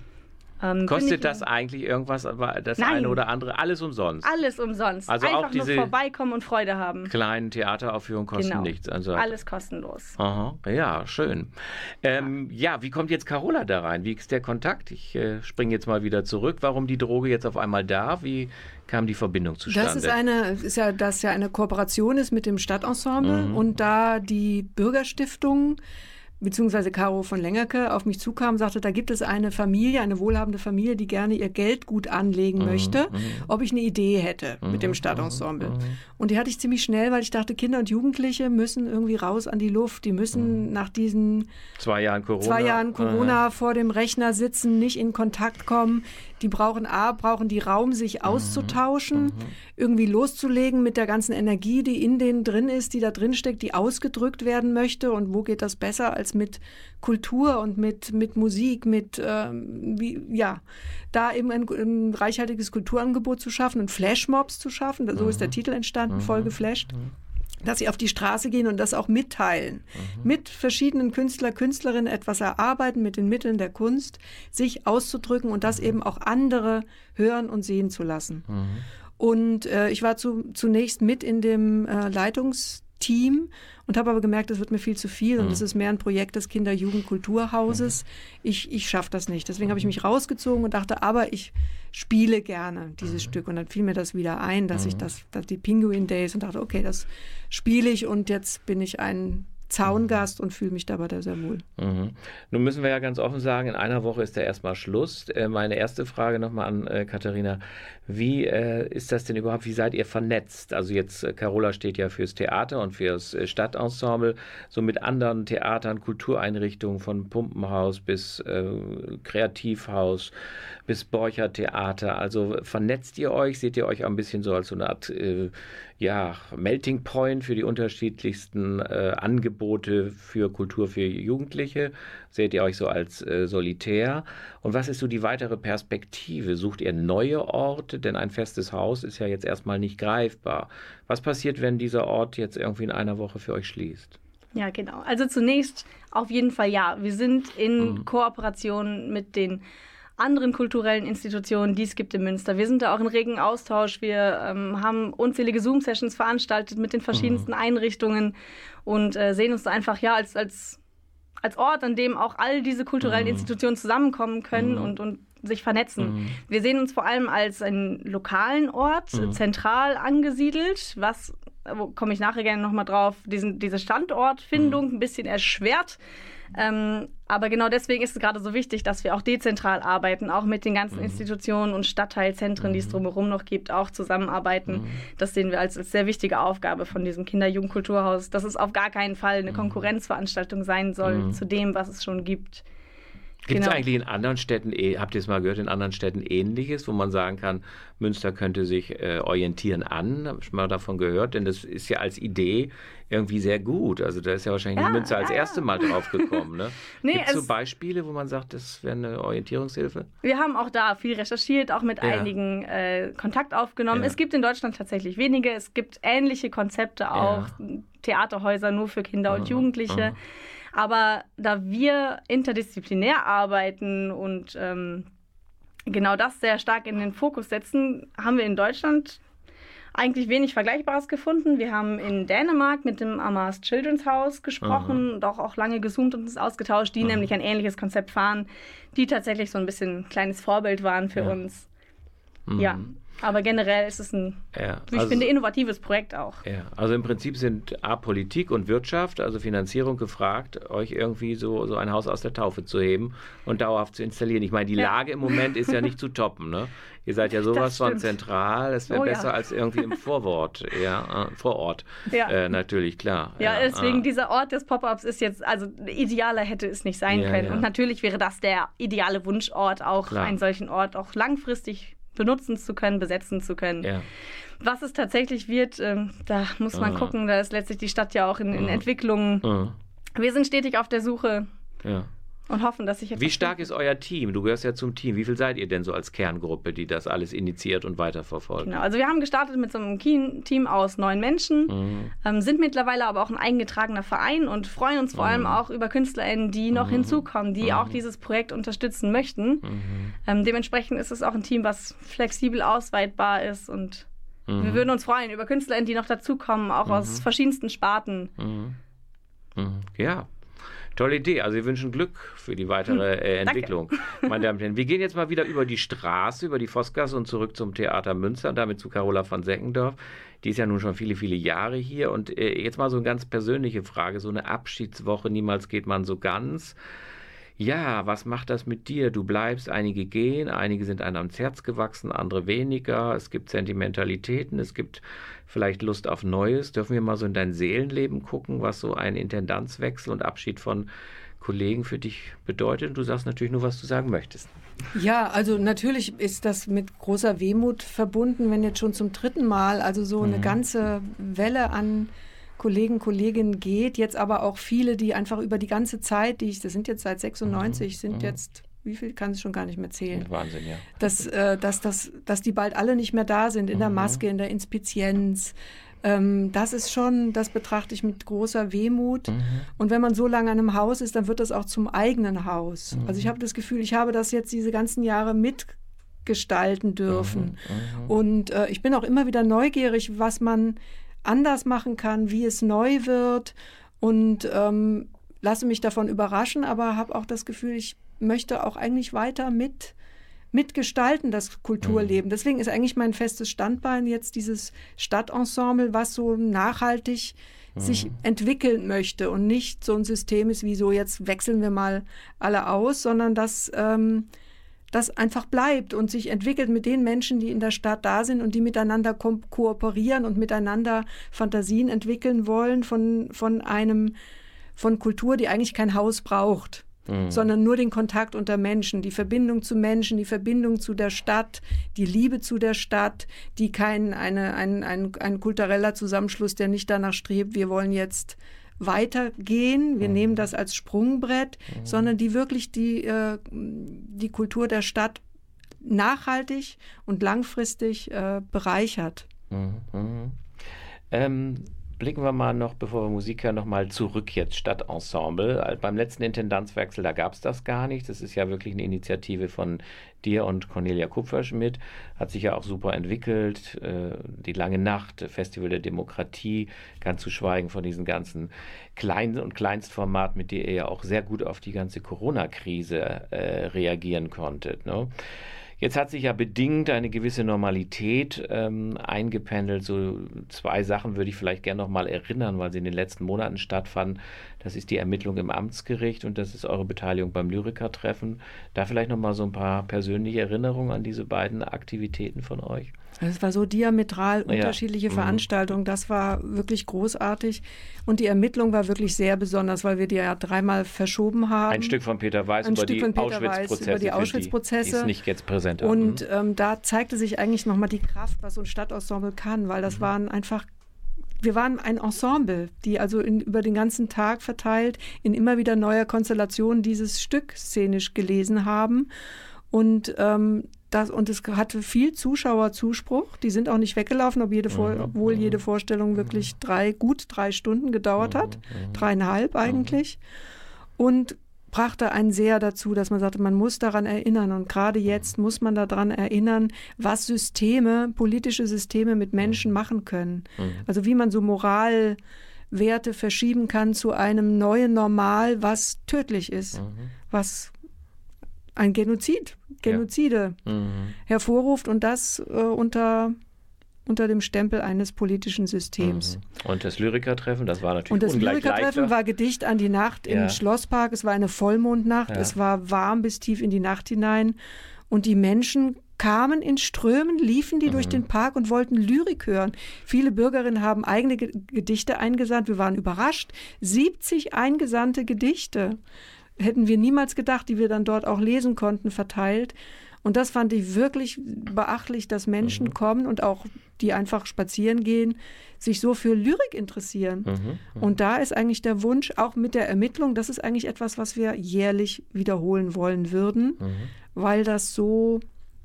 S2: Kostet das eigentlich irgendwas, das eine oder andere? Alles umsonst?
S5: Alles umsonst.
S2: Also
S5: einfach
S2: auch diese
S5: nur vorbeikommen und Freude haben.
S2: Kleinen Theateraufführungen kosten nichts. Also
S5: alles kostenlos.
S2: Aha. Ja, schön. Wie kommt jetzt Carola da rein? Wie ist der Kontakt? Ich springe jetzt mal wieder zurück. Warum die Droge jetzt auf einmal da? Wie kam die Verbindung zustande?
S4: Das ist ja eine Kooperation ist mit dem Stadtensemble und da die Bürgerstiftung beziehungsweise Caro von Lengerke auf mich zukam und sagte, da gibt es eine Familie, eine wohlhabende Familie, die gerne ihr Geld gut anlegen möchte, ob ich eine Idee hätte mit dem Stadtensemble. Und die hatte ich ziemlich schnell, weil ich dachte, Kinder und Jugendliche müssen irgendwie raus an die Luft. Die müssen nach diesen
S2: 2 Jahren Corona
S4: vor dem Rechner sitzen, nicht in Kontakt kommen. Die brauchen die Raum, sich auszutauschen, irgendwie loszulegen mit der ganzen Energie, die in denen drin ist, die da drin steckt, die ausgedrückt werden möchte. Und wo geht das besser als mit Kultur und mit Musik, da eben ein reichhaltiges Kulturangebot zu schaffen und Flashmobs zu schaffen. So ist der Titel entstanden, voll geflasht. Dass sie auf die Straße gehen und das auch mitteilen. Mit verschiedenen Künstlerinnen etwas erarbeiten, mit den Mitteln der Kunst, sich auszudrücken und das eben auch andere hören und sehen zu lassen. Und ich war zunächst mit in dem Leitungsteam und habe aber gemerkt, das wird mir viel zu viel und es ist mehr ein Projekt des Kinder-Jugend-Kulturhauses. Ich schaffe das nicht. Deswegen habe ich mich rausgezogen und dachte, aber ich spiele gerne dieses Stück. Und dann fiel mir das wieder ein, dass ich die Pinguin Days und dachte, okay, das spiele ich und jetzt bin ich ein Zaungast und fühle mich dabei sehr wohl.
S2: Nun müssen wir ja ganz offen sagen, in einer Woche ist da erstmal Schluss. Meine erste Frage nochmal an Katharina. Wie ist das denn überhaupt? Wie seid ihr vernetzt? Also jetzt, Carola steht ja fürs Theater und fürs Stadtensemble, so mit anderen Theatern, Kultureinrichtungen von Pumpenhaus bis Kreativhaus bis Borcher Theater. Also vernetzt ihr euch? Seht ihr euch auch ein bisschen so als so eine Art Melting Point für die unterschiedlichsten Angebote für Kultur für Jugendliche? Seht ihr euch so als solitär? Und was ist so die weitere Perspektive? Sucht ihr neue Orte? Denn ein festes Haus ist ja jetzt erstmal nicht greifbar. Was passiert, wenn dieser Ort jetzt irgendwie in einer Woche für euch schließt?
S5: Ja, genau. Also zunächst auf jeden Fall ja. Wir sind in Kooperation mit den anderen kulturellen Institutionen, die es gibt in Münster. Wir sind da auch in regen Austausch. Wir haben unzählige Zoom-Sessions veranstaltet mit den verschiedensten Einrichtungen und sehen uns da einfach als als Ort, an dem auch all diese kulturellen Institutionen zusammenkommen können und sich vernetzen. Wir sehen uns vor allem als einen lokalen Ort, zentral angesiedelt, was, wo komme ich nachher gerne nochmal drauf, diese Standortfindung ein bisschen erschwert. Aber genau deswegen ist es gerade so wichtig, dass wir auch dezentral arbeiten, auch mit den ganzen Institutionen und Stadtteilzentren, die es drumherum noch gibt, auch zusammenarbeiten. Das sehen wir als sehr wichtige Aufgabe von diesem Kinder-Jugendkulturhaus, dass es auf gar keinen Fall eine Konkurrenzveranstaltung sein soll zu dem, was es schon gibt.
S2: Gibt es
S5: Genau.
S2: eigentlich in anderen Städten, habt ihr es mal gehört, in anderen Städten Ähnliches, wo man sagen kann, Münster könnte sich orientieren an? Habe ich mal davon gehört, denn das ist ja als Idee irgendwie sehr gut. Also da ist ja wahrscheinlich nicht Münster als erste Mal drauf gekommen. Ne?
S5: Nee,
S2: Gibt es so Beispiele, wo man sagt, das wäre eine Orientierungshilfe?
S5: Wir haben auch da viel recherchiert, auch mit einigen Kontakt aufgenommen.
S2: Ja.
S5: Es gibt in Deutschland tatsächlich wenige. Es gibt ähnliche Konzepte auch, Theaterhäuser nur für Kinder und Jugendliche. Aber da wir interdisziplinär arbeiten und genau das sehr stark in den Fokus setzen, haben wir in Deutschland eigentlich wenig Vergleichbares gefunden. Wir haben in Dänemark mit dem Amars Children's House gesprochen und auch lange gezoomt und uns ausgetauscht, die nämlich ein ähnliches Konzept fahren, die tatsächlich so ein bisschen ein kleines Vorbild waren für uns. Ja, aber generell ist es ein, wie ich finde, innovatives Projekt auch.
S2: Ja, also im Prinzip sind Politik und Wirtschaft, also Finanzierung gefragt, euch irgendwie so ein Haus aus der Taufe zu heben und dauerhaft zu installieren. Ich meine, die Lage im Moment ist ja nicht zu toppen, ne? Ihr seid ja sowas von zentral, es wäre besser als irgendwie im Vorort, natürlich, klar.
S5: Ja, deswegen dieser Ort des Pop-Ups ist jetzt, also idealer hätte es nicht sein können. Und natürlich wäre das der ideale Wunschort, auch einen solchen Ort auch langfristig benutzen zu können, besetzen zu können. Ja. Was es tatsächlich wird, da muss man gucken, da ist letztlich die Stadt ja auch in Entwicklung. Wir sind stetig auf der Suche und hoffen, dass sich jetzt...
S2: Wie stark ist euer Team? Du gehörst ja zum Team. Wie viel seid ihr denn so als Kerngruppe, die das alles initiiert und weiterverfolgt?
S5: Genau, also wir haben gestartet mit so einem Team aus 9 Menschen, sind mittlerweile aber auch ein eingetragener Verein und freuen uns vor allem auch über KünstlerInnen, die noch hinzukommen, die auch dieses Projekt unterstützen möchten. Dementsprechend ist es auch ein Team, was flexibel ausweitbar ist und wir würden uns freuen über KünstlerInnen, die noch dazukommen, auch aus verschiedensten Sparten.
S2: Ja. Tolle Idee. Also wir wünschen Glück für die weitere Entwicklung. Meine Damen und Herren, wir gehen jetzt mal wieder über die Straße, über die Vossgasse und zurück zum Theater Münster und damit zu Carola von Seckendorf. Die ist ja nun schon viele, viele Jahre hier. Und jetzt mal so eine ganz persönliche Frage, so eine Abschiedswoche, niemals geht man so ganz. Ja, was macht das mit dir? Du bleibst, einige gehen, einige sind einem ans Herz gewachsen, andere weniger. Es gibt Sentimentalitäten, es gibt vielleicht Lust auf Neues. Dürfen wir mal so in dein Seelenleben gucken, was so ein Intendanzwechsel und Abschied von Kollegen für dich bedeutet? Und du sagst natürlich nur, was du sagen möchtest.
S4: Ja, also natürlich ist das mit großer Wehmut verbunden, wenn jetzt schon zum 3. Mal, also so eine ganze Welle an Kollegen, Kolleginnen geht, jetzt aber auch viele, die einfach über die ganze Zeit, das sind jetzt seit 96, sind jetzt, wie viel kann es schon gar nicht mehr zählen.
S2: Wahnsinn, ja.
S4: Dass die bald alle nicht mehr da sind, in der Maske, in der Inspizienz. Das ist schon, das betrachte ich mit großer Wehmut. Und wenn man so lange an einem Haus ist, dann wird das auch zum eigenen Haus. Also ich habe das Gefühl, ich habe das jetzt diese ganzen Jahre mitgestalten dürfen. Und ich bin auch immer wieder neugierig, was man anders machen kann, wie es neu wird und lasse mich davon überraschen, aber habe auch das Gefühl, ich möchte auch eigentlich weiter mitgestalten, das Kulturleben. Deswegen ist eigentlich mein festes Standbein jetzt dieses Stadtensemble, was so nachhaltig sich entwickeln möchte und nicht so ein System ist wie so, jetzt wechseln wir mal alle aus, sondern dass das einfach bleibt und sich entwickelt mit den Menschen, die in der Stadt da sind und die miteinander kooperieren und miteinander Fantasien entwickeln wollen von Kultur, die eigentlich kein Haus braucht, sondern nur den Kontakt unter Menschen, die Verbindung zu Menschen, die Verbindung zu der Stadt, die Liebe zu der Stadt, die ein kultureller Zusammenschluss, der nicht danach strebt, wir wollen jetzt weitergehen, wir nehmen das als Sprungbrett, sondern die wirklich die Kultur der Stadt nachhaltig und langfristig bereichert.
S2: Blicken wir mal noch, bevor wir Musik hören, noch mal zurück jetzt, Stadtensemble. Beim letzten Intendanzwechsel, da gab es das gar nicht. Das ist ja wirklich eine Initiative von dir und Cornelia Kupferschmidt. Hat sich ja auch super entwickelt. Die Lange Nacht, Festival der Demokratie, ganz zu schweigen von diesen ganzen Klein- und Kleinstformaten, mit der ihr ja auch sehr gut auf die ganze Corona-Krise reagieren konntet, ne? Jetzt hat sich ja bedingt eine gewisse Normalität eingependelt. So 2 Sachen würde ich vielleicht gerne noch mal erinnern, weil sie in den letzten Monaten stattfanden. Das ist die Ermittlung im Amtsgericht und das ist eure Beteiligung beim Lyrikertreffen. Da vielleicht noch mal so ein paar persönliche Erinnerungen an diese beiden Aktivitäten von euch.
S4: Es war so diametral unterschiedliche Veranstaltungen. Das war wirklich großartig. Und die Ermittlung war wirklich sehr besonders, weil wir die ja 3-mal verschoben haben.
S2: Ein Stück von Peter Weiß über die Auschwitz-Prozesse. Die ist nicht jetzt präsent.
S4: Und da zeigte sich eigentlich nochmal die Kraft, was so ein Stadtensemble kann, weil das waren einfach, wir waren ein Ensemble, die also über den ganzen Tag verteilt in immer wieder neuer Konstellation dieses Stück szenisch gelesen haben. Und es hatte viel Zuschauerzuspruch. Die sind auch nicht weggelaufen, obwohl jede Vorstellung wirklich 3 Stunden gedauert hat. 3,5 eigentlich. Und brachte einen sehr dazu, dass man sagte, man muss daran erinnern. Und gerade jetzt muss man daran erinnern, was politische Systeme mit Menschen machen können. Also wie man so Moralwerte verschieben kann zu einem neuen Normal, was tödlich ist, was ein Genozide hervorruft und das unter dem Stempel eines politischen Systems.
S2: Und das Lyrikertreffen, das war natürlich ungleich leichter.
S4: Und das Lyrikertreffen war Gedicht an die Nacht im Schlosspark. Es war eine Vollmondnacht. Ja. Es war warm bis tief in die Nacht hinein. Und die Menschen kamen in Strömen, liefen die durch den Park und wollten Lyrik hören. Viele Bürgerinnen haben eigene Gedichte eingesandt. Wir waren überrascht. 70 eingesandte Gedichte. Hätten wir niemals gedacht, die wir dann dort auch lesen konnten, verteilt. Und das fand ich wirklich beachtlich, dass Menschen kommen und auch die einfach spazieren gehen, sich so für Lyrik interessieren. Und da ist eigentlich der Wunsch, auch mit der Ermittlung, das ist eigentlich etwas, was wir jährlich wiederholen wollen würden, weil das so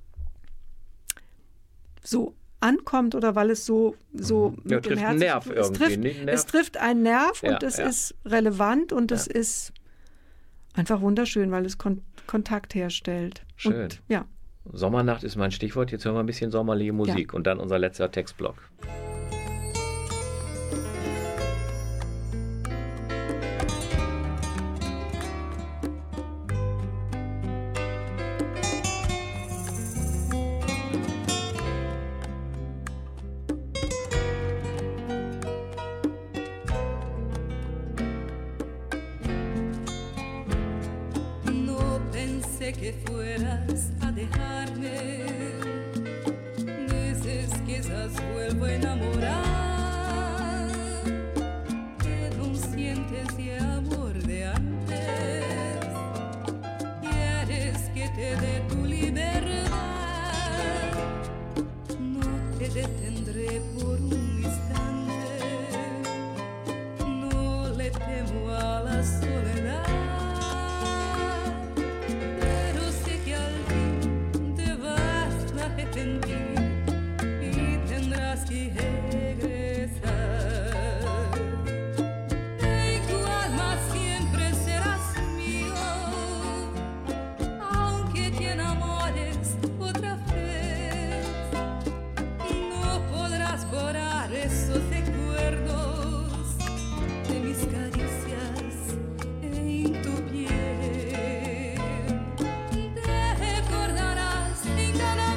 S4: ankommt oder weil es so mit dem Herzen... Es trifft einen Nerv und es ist relevant und es ist einfach wunderschön, weil es Kontakt herstellt.
S2: Schön.
S4: Und, ja.
S2: Sommernacht ist mein Stichwort. Jetzt hören wir ein bisschen sommerliche Musik und dann unser letzter Textblock.
S3: Que fueras a dejarme, dices quizás vuelvo a enamorar, que no sientes ese amor de antes, quieres que te dé tu libertad, no te detendré por un instante, no le temo a la soledad. Y tendrás que regresar. En tu alma siempre serás mío, aunque te enamores otra vez. No podrás borrar esos recuerdos de mis caricias en tu piel. Te recordarás en cada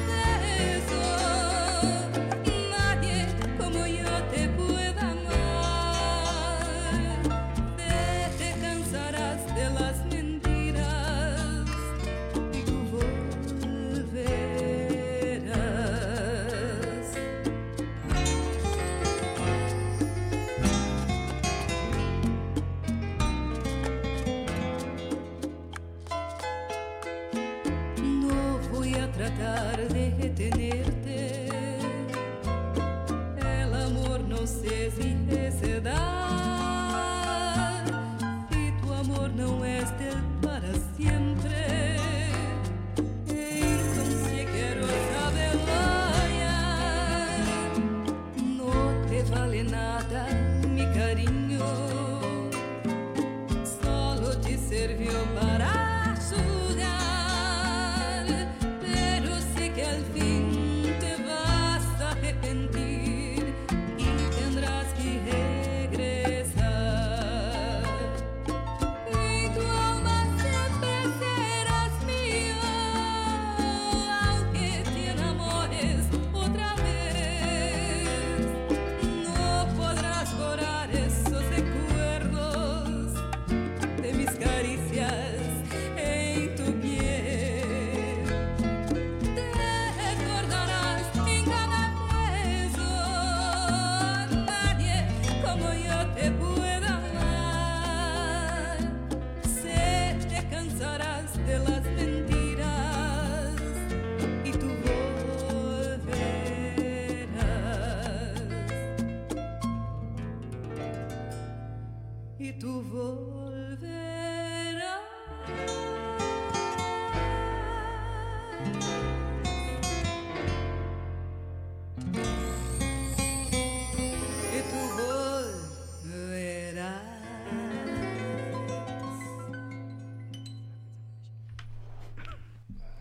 S3: tratar de detenerte, el amor no sé si se da, si tu amor no es del para siempre, entonces quiero saberlo ya, no te vale nada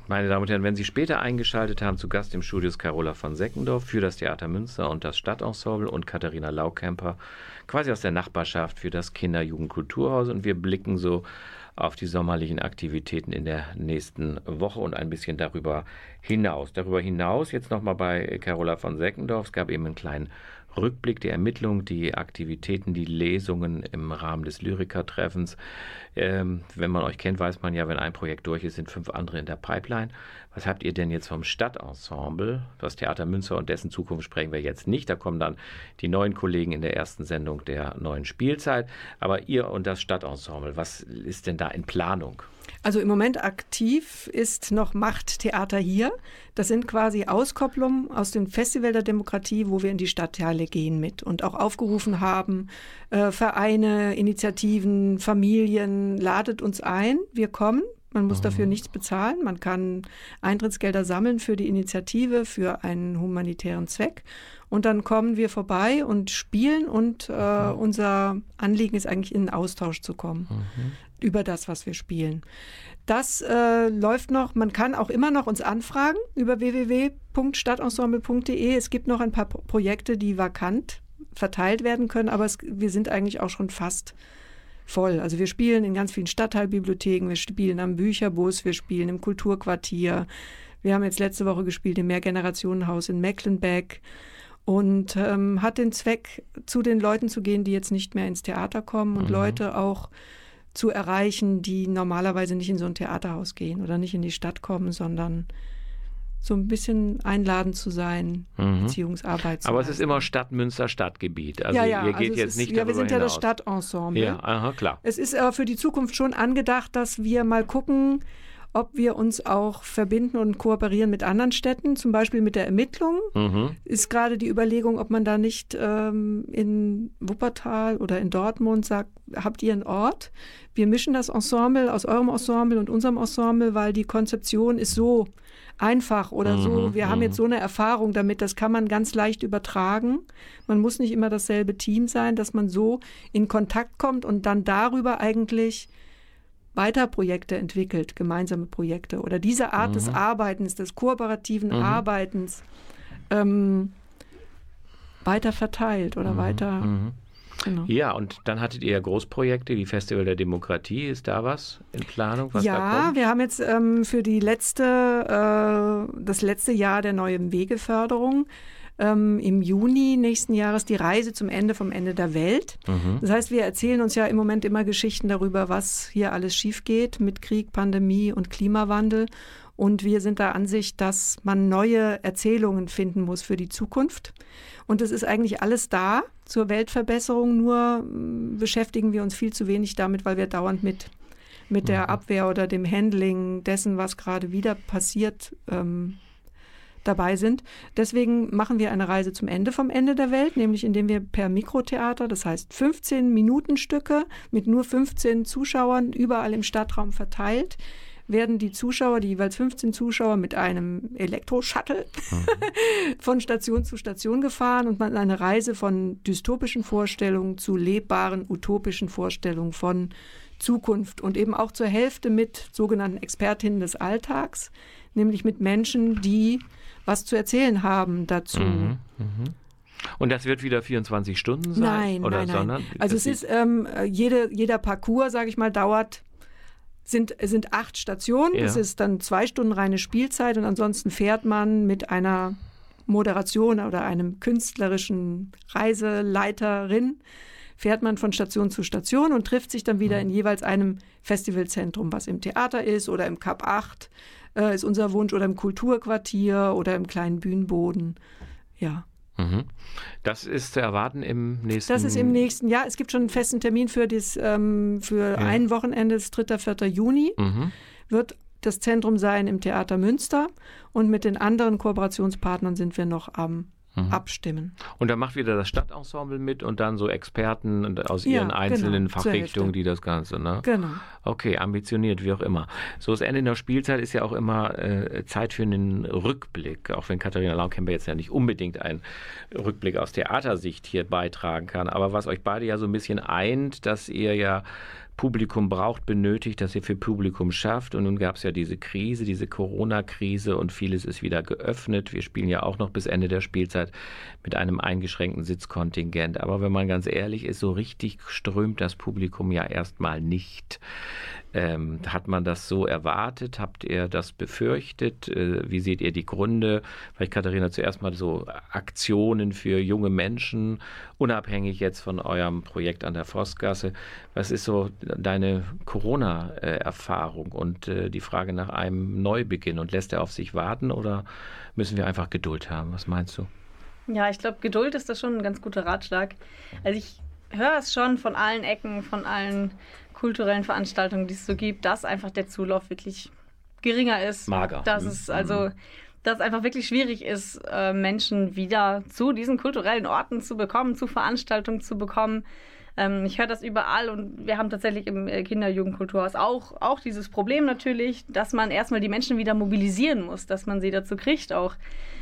S2: Meine Damen und Herren, wenn Sie später eingeschaltet haben, zu Gast im Studio ist Carola von Seckendorf für das Theater Münster und das Stadtensemble und Katharina Laukemper quasi aus der Nachbarschaft für das Kinder-Jugend-Kulturhaus. Und wir blicken so auf die sommerlichen Aktivitäten in der nächsten Woche und ein bisschen darüber hinaus. Darüber hinaus jetzt nochmal bei Carola von Seckendorf. Es gab eben einen kleinen Rückblick der Ermittlung, die Aktivitäten, die Lesungen im Rahmen des Lyrikertreffens. Wenn man euch kennt, weiß man ja, wenn ein Projekt durch ist, sind 5 andere in der Pipeline. Was habt ihr denn jetzt vom Stadtensemble? Das Theater Münster und dessen Zukunft sprechen wir jetzt nicht. Da kommen dann die neuen Kollegen in der ersten Sendung der neuen Spielzeit. Aber ihr und das Stadtensemble, was ist denn da in Planung?
S4: Also im Moment aktiv ist noch Macht Theater hier. Das sind quasi Auskopplungen aus dem Festival der Demokratie, wo wir in die Stadtteile gehen mit und auch aufgerufen haben, Vereine, Initiativen, Familien, ladet uns ein, wir kommen. Man muss dafür nichts bezahlen. Man kann Eintrittsgelder sammeln für die Initiative, für einen humanitären Zweck. Und dann kommen wir vorbei und spielen und unser Anliegen ist eigentlich in den Austausch zu kommen über das, was wir spielen. Das läuft noch. Man kann auch immer noch uns anfragen über www.stadtensemble.de. Es gibt noch ein paar Projekte, die vakant verteilt werden können, aber wir sind eigentlich auch schon fast voll. Also wir spielen in ganz vielen Stadtteilbibliotheken, wir spielen am Bücherbus, wir spielen im Kulturquartier. Wir haben jetzt letzte Woche gespielt im Mehrgenerationenhaus in Mecklenbeck und hat den Zweck, zu den Leuten zu gehen, die jetzt nicht mehr ins Theater kommen und Leute auch zu erreichen, die normalerweise nicht in so ein Theaterhaus gehen oder nicht in die Stadt kommen, sondern so ein bisschen einladend zu sein, Beziehungsarbeit zu
S2: Aber
S4: leisten.
S2: Es ist immer Stadt Münster, Stadtgebiet. Also
S4: ja,
S2: ihr geht
S4: also
S2: jetzt nicht
S4: ja, wir
S2: darüber
S4: sind ja das
S2: hinaus.
S4: Stadtensemble.
S2: Ja, aha, klar.
S4: Es ist aber für die Zukunft schon angedacht, dass wir mal gucken, ob wir uns auch verbinden und kooperieren mit anderen Städten, zum Beispiel mit der Ermittlung. Ist gerade die Überlegung, ob man da nicht in Wuppertal oder in Dortmund sagt, habt ihr einen Ort? Wir mischen das Ensemble aus eurem Ensemble und unserem Ensemble, weil die Konzeption ist so einfach oder so. Wir haben jetzt so eine Erfahrung damit, das kann man ganz leicht übertragen. Man muss nicht immer dasselbe Team sein, dass man so in Kontakt kommt und dann darüber eigentlich weiter Projekte entwickelt, gemeinsame Projekte oder diese Art des Arbeitens, des kooperativen Arbeitens weiter verteilt oder weiter. Genau.
S2: Ja, und dann hattet ihr Großprojekte wie Festival der Demokratie. Ist da was in Planung, was da
S4: Ja,
S2: kommt?
S4: wir haben jetzt für das letzte Jahr der neuen Wegeförderung im Juni nächsten Jahres die Reise vom Ende der Welt. Das heißt, wir erzählen uns ja im Moment immer Geschichten darüber, was hier alles schief geht mit Krieg, Pandemie und Klimawandel. Und wir sind der Ansicht, dass man neue Erzählungen finden muss für die Zukunft. Und es ist eigentlich alles da zur Weltverbesserung, nur beschäftigen wir uns viel zu wenig damit, weil wir dauernd mit der Abwehr oder dem Handling dessen, was gerade wieder passiert, dabei sind. Deswegen machen wir eine Reise vom Ende der Welt, nämlich indem wir per Mikrotheater, das heißt 15-Minuten-Stücke mit nur 15 Zuschauern überall im Stadtraum verteilt, werden die Zuschauer, die jeweils 15 Zuschauer mit einem Elektro-Shuttle von Station zu Station gefahren und man eine Reise von dystopischen Vorstellungen zu lebbaren, utopischen Vorstellungen von Zukunft und eben auch zur Hälfte mit sogenannten Expertinnen des Alltags, nämlich mit Menschen, die was zu erzählen haben dazu.
S2: Und das wird wieder 24 Stunden sein?
S4: Nein.
S2: Sondern,
S4: also es ist, jeder Parcours, sage ich mal, sind 8 Stationen. Es ist dann 2 Stunden reine Spielzeit und ansonsten fährt man mit einer Moderation oder einem künstlerischen Reiseleiterin, fährt man von Station zu Station und trifft sich dann wieder in jeweils einem Festivalzentrum, was im Theater ist oder im Kap 8 ist unser Wunsch oder im Kulturquartier oder im kleinen Bühnenboden. Ja.
S2: Das ist zu erwarten im nächsten
S4: Jahr. Das ist im nächsten Jahr. Es gibt schon einen festen Termin für ein Wochenende, das 3. 4. Juni. Wird das Zentrum sein im Theater Münster. Und mit den anderen Kooperationspartnern sind wir noch am Abstimmen.
S2: Und da macht wieder das Stadtensemble mit und dann so Experten und aus ihren einzelnen Fachrichtungen, die das Ganze, ne?
S4: Genau.
S2: Okay, ambitioniert, wie auch immer. So, das Ende der Spielzeit ist ja auch immer Zeit für einen Rückblick, auch wenn Katharina Laukemper jetzt ja nicht unbedingt einen Rückblick aus Theatersicht hier beitragen kann. Aber was euch beide ja so ein bisschen eint, dass ihr ja Publikum braucht, benötigt, dass ihr für Publikum schafft. Und nun gab es ja diese Krise, diese Corona-Krise und vieles ist wieder geöffnet. Wir spielen ja auch noch bis Ende der Spielzeit mit einem eingeschränkten Sitzkontingent. Aber wenn man ganz ehrlich ist, so richtig strömt das Publikum ja erstmal nicht. Hat man das so erwartet? Habt ihr das befürchtet? Wie seht ihr die Gründe? Vielleicht, Katharina, zuerst mal so Aktionen für junge Menschen, unabhängig jetzt von eurem Projekt an der Forstgasse. Was ist so deine Corona-Erfahrung und die Frage nach einem Neubeginn? Und lässt er auf sich warten oder müssen wir einfach Geduld haben? Was meinst du?
S5: Ja, ich glaube, Geduld ist da schon ein ganz guter Ratschlag. Also ich höre es schon von allen Ecken, von allen kulturellen Veranstaltungen, die es so gibt, dass einfach der Zulauf wirklich geringer ist.
S2: Mager.
S5: Dass es einfach wirklich schwierig ist, Menschen wieder zu diesen kulturellen Orten zu bekommen, zu Veranstaltungen zu bekommen. Ich höre das überall und wir haben tatsächlich im Kinder-Jugendkulturhaus auch dieses Problem natürlich, dass man erstmal die Menschen wieder mobilisieren muss, dass man sie dazu kriegt, auch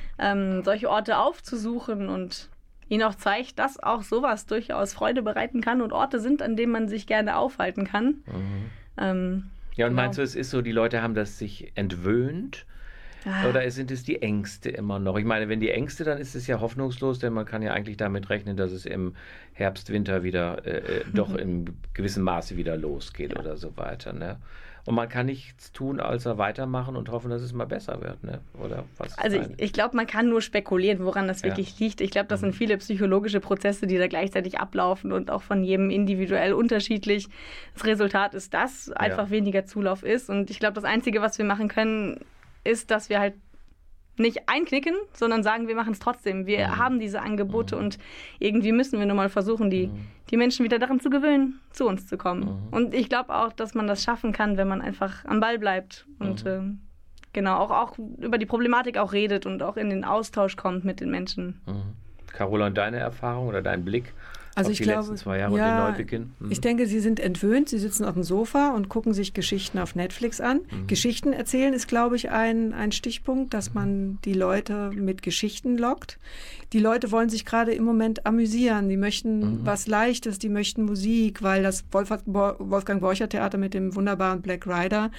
S5: solche Orte aufzusuchen und ihnen auch zeigt, dass auch sowas durchaus Freude bereiten kann und Orte sind, an denen man sich gerne aufhalten kann.
S2: Ja, und
S5: genau.
S2: Meinst du, es ist so, die Leute haben das sich entwöhnt? Oder sind es die Ängste immer noch? Ich meine, wenn die Ängste, dann ist es ja hoffnungslos, denn man kann ja eigentlich damit rechnen, dass es im Herbst, Winter wieder doch in gewissem Maße wieder losgeht oder so weiter. Ne? Und man kann nichts tun, außer weitermachen und hoffen, dass es mal besser wird. Ne? Oder was?
S5: Also ich glaube, man kann nur spekulieren, woran das wirklich liegt. Ich glaube, das sind viele psychologische Prozesse, die da gleichzeitig ablaufen und auch von jedem individuell unterschiedlich. Das Resultat ist, dass einfach weniger Zulauf ist. Und ich glaube, das Einzige, was wir machen können, ist, dass wir halt nicht einknicken, sondern sagen, wir machen es trotzdem. Wir haben diese Angebote und irgendwie müssen wir nur mal versuchen, die Menschen wieder daran zu gewöhnen, zu uns zu kommen. Und ich glaube auch, dass man das schaffen kann, wenn man einfach am Ball bleibt und genau, auch über die Problematik auch redet und auch in den Austausch kommt mit den Menschen.
S2: Carola, und deine Erfahrung oder dein Blick
S4: Also
S2: auf
S4: ich
S2: die
S4: glaube,
S2: letzten 2 Jahre und den Neubeginn?
S4: Ich denke, sie sind entwöhnt, sie sitzen auf dem Sofa und gucken sich Geschichten auf Netflix an. Geschichten erzählen ist, glaube ich, ein Stichpunkt, dass man die Leute mit Geschichten lockt. Die Leute wollen sich gerade im Moment amüsieren, die möchten was Leichtes, die möchten Musik, weil das Wolfgang Borcher Theater mit dem wunderbaren Black Rider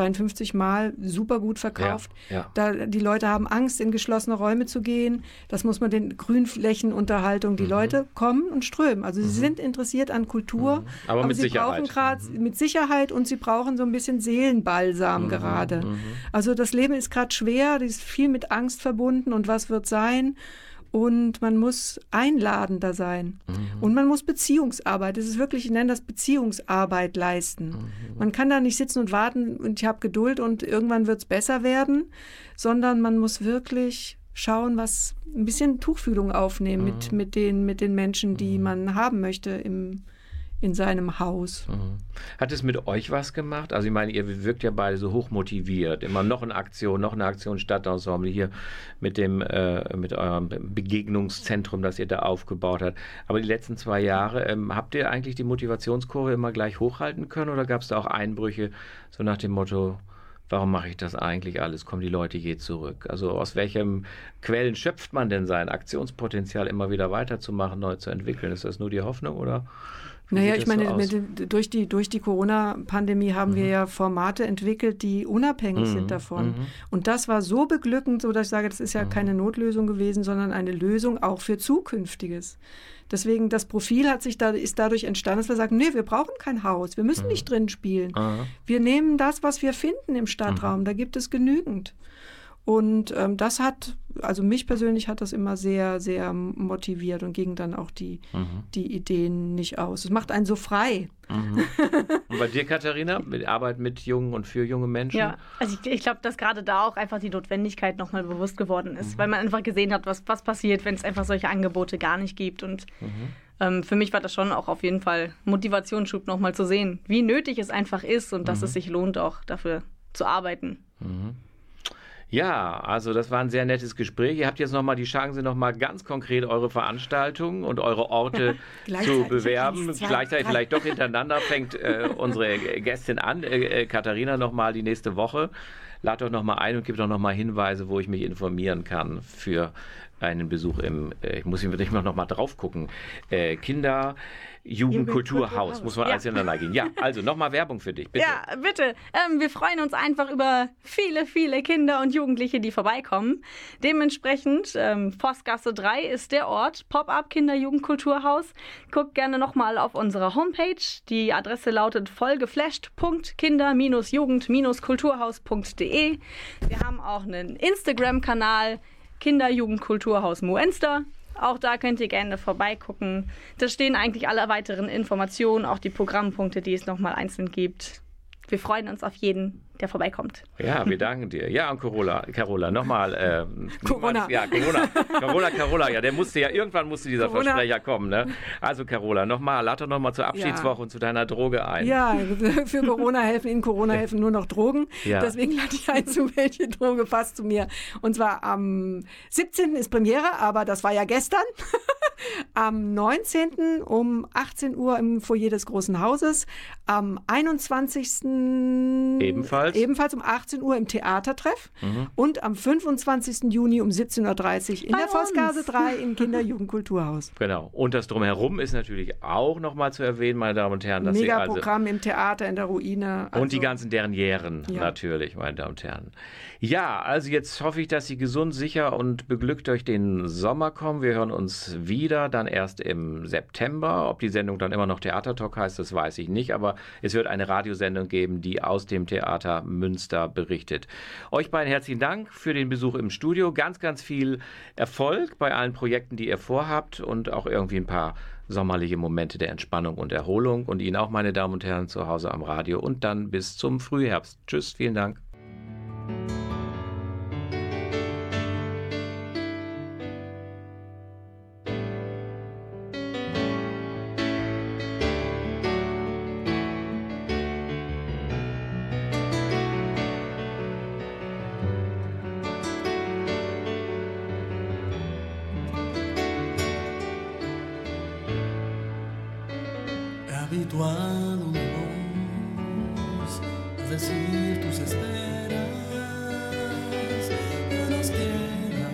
S4: 52 Mal super gut verkauft. Die Leute haben Angst, in geschlossene Räume zu gehen. Das muss man den Grünflächenunterhaltung, die Leute kommen und strömen. Also sie sind interessiert an Kultur,
S2: aber mit
S4: sie
S2: Sicherheit.
S4: brauchen gerade mit Sicherheit und sie brauchen so ein bisschen Seelenbalsam gerade. Also das Leben ist gerade schwer, das ist viel mit Angst verbunden und was wird sein? Und man muss einladender sein. Und man muss Beziehungsarbeit, das ist wirklich, ich nenne das Beziehungsarbeit leisten. Man kann da nicht sitzen und warten und ich habe Geduld und irgendwann wird es besser werden, sondern man muss wirklich schauen, was ein bisschen Tuchfühlung aufnehmen mit den Menschen, die man haben möchte in seinem Haus.
S2: Hat es mit euch was gemacht? Also ich meine, ihr wirkt ja beide so hochmotiviert. Immer noch eine Aktion Stadtensemble hier mit eurem Begegnungszentrum, das ihr da aufgebaut habt. Aber die letzten 2 Jahre, habt ihr eigentlich die Motivationskurve immer gleich hochhalten können oder gab es da auch Einbrüche, so nach dem Motto, warum mache ich das eigentlich alles? Kommen die Leute je zurück? Also aus welchen Quellen schöpft man denn sein Aktionspotenzial immer wieder weiterzumachen, neu zu entwickeln? Ist das nur die Hoffnung oder?
S4: Naja, ich meine, durch die Corona-Pandemie haben wir ja Formate entwickelt, die unabhängig sind davon. Und das war so beglückend, so dass ich sage, das ist ja keine Notlösung gewesen, sondern eine Lösung auch für Zukünftiges. Deswegen, das Profil ist dadurch entstanden, dass wir sagen, nee, wir brauchen kein Haus, wir müssen nicht drin spielen. Wir nehmen das, was wir finden im Stadtraum, da gibt es genügend. Und das also mich persönlich hat das immer sehr, sehr motiviert und ging dann auch die Ideen nicht aus. Es macht einen so frei.
S2: Und bei dir, Katharina, mit Arbeit mit jungen und für junge Menschen?
S5: Ja, also ich glaube, dass gerade da auch einfach die Notwendigkeit nochmal bewusst geworden ist, weil man einfach gesehen hat, was passiert, wenn es einfach solche Angebote gar nicht gibt. Und für mich war das schon auch auf jeden Fall Motivationsschub nochmal zu sehen, wie nötig es einfach ist und dass es sich lohnt, auch dafür zu arbeiten.
S2: Ja, also das war ein sehr nettes Gespräch. Ihr habt jetzt nochmal die Chance, nochmal ganz konkret eure Veranstaltungen und eure Orte zu bewerben. Gleichzeitig vielleicht doch hintereinander fängt unsere Gästin an, Katharina, nochmal die nächste Woche. Lad doch nochmal ein und gib doch nochmal Hinweise, wo ich mich informieren kann für einen Besuch ich muss noch mal drauf gucken, Kinder Jugendkulturhaus, muss man alles ineinander gehen. Ja, also nochmal Werbung für dich, bitte.
S5: Ja, bitte. Wir freuen uns einfach über viele, viele Kinder und Jugendliche, die vorbeikommen. Dementsprechend, Forstgasse 3 ist der Ort, Pop-up Kinder-Jugendkulturhaus. Guckt gerne nochmal auf unserer Homepage. Die Adresse lautet vollgeflasht.kinder-jugend-kulturhaus.de. Wir haben auch einen Instagram-Kanal, Kinder-Jugendkulturhaus Muenster. Auch da könnt ihr gerne vorbeigucken. Da stehen eigentlich alle weiteren Informationen, auch die Programmpunkte, die es nochmal einzeln gibt. Wir freuen uns auf jeden, der vorbeikommt.
S2: Ja, wir danken dir. Ja, und Carola, nochmal.
S4: Corona.
S2: Ja, Carola. Ja, irgendwann musste dieser Versprecher kommen. Ne? Also Carola, lad doch nochmal zur Abschiedswoche und zu deiner Droge ein.
S4: Ja, für Corona helfen nur noch Drogen.
S2: Ja.
S4: Deswegen lade ich ein, zu welche Droge passt zu mir. Und zwar am 17. ist Premiere, aber das war ja gestern. Am 19. um 18 Uhr im Foyer des Großen Hauses. Am 21. Ebenfalls um 18 Uhr im Theatertreff. Und am 25. Juni um 17.30 Uhr in der Forstgasse 3 im Kinder-Jugendkulturhaus.
S2: Genau. Und das Drumherum ist natürlich auch nochmal zu erwähnen, meine Damen und Herren.
S4: Megaprogramm im Theater, in der Ruine.
S2: Und die ganzen Dernieren natürlich, meine Damen und Herren. Ja, also jetzt hoffe ich, dass Sie gesund, sicher und beglückt durch den Sommer kommen. Wir hören uns wieder, dann erst im September. Ob die Sendung dann immer noch Theatertalk heißt, das weiß ich nicht. Aber es wird eine Radiosendung geben, die aus dem Theater Münster berichtet. Euch beiden herzlichen Dank für den Besuch im Studio. Ganz, ganz viel Erfolg bei allen Projekten, die ihr vorhabt und auch irgendwie ein paar sommerliche Momente der Entspannung und Erholung. Und Ihnen auch, meine Damen und Herren, zu Hause am Radio. Und dann bis zum Frühherbst. Tschüss, vielen Dank.
S3: Habituado mi voz a decir tus esperas, no nos queda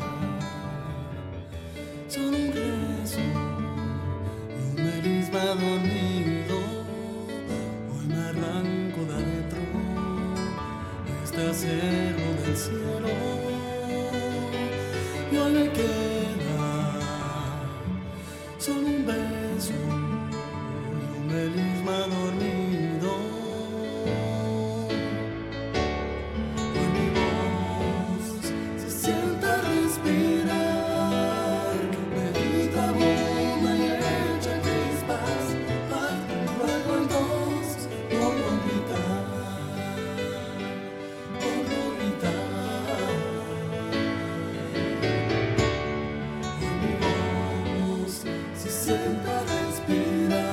S3: solo un rezo y un melisma dormido. Hoy me arranco de adentro este acero del cielo y hoy me queda solo un beso, melisma dormido. Hoy mi voz se sienta respirar, meditabundo y hecha chispas, parte luego en dos, por no gritar, por no gritar. Hoy mi voz se sienta respirar.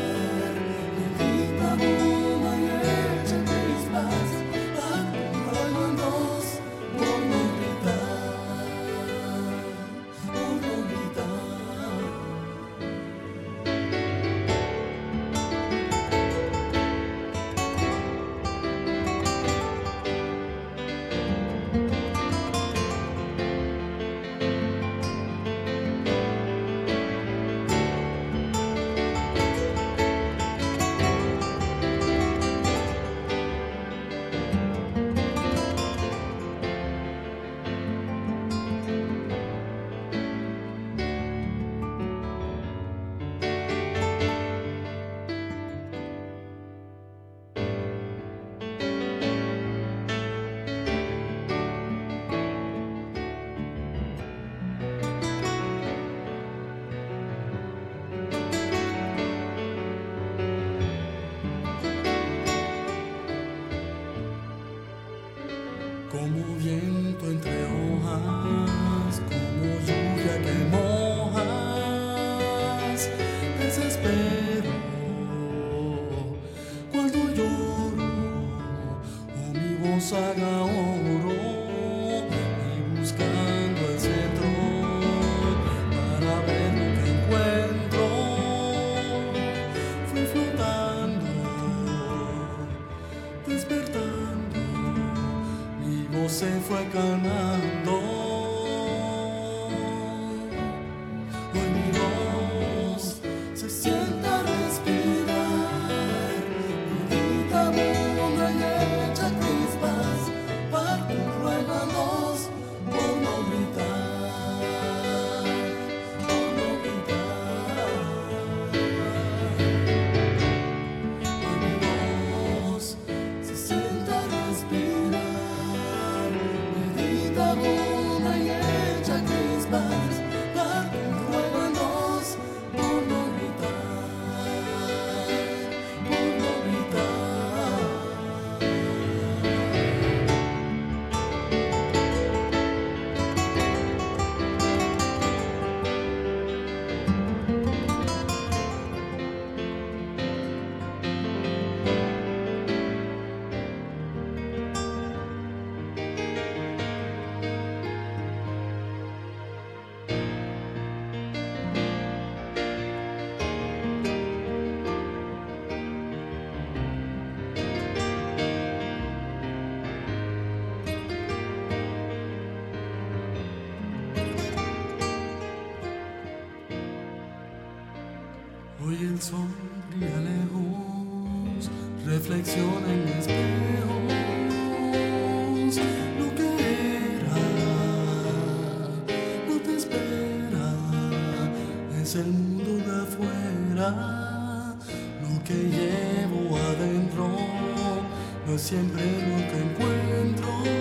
S3: Como viento entre hojas, como lluvia que mojas, desespero cuando lloro, o mi voz haga oro, y buscando el centro para ver lo que encuentro, fui flotando, despertando, mi voz se fue calmando. Hoy mi voz se sienta Hoy el sol brilla lejos, reflexiona en mi espejo. Lo que era, no te espera, es el mundo de afuera. Lo que llevo adentro no es siempre lo que encuentro.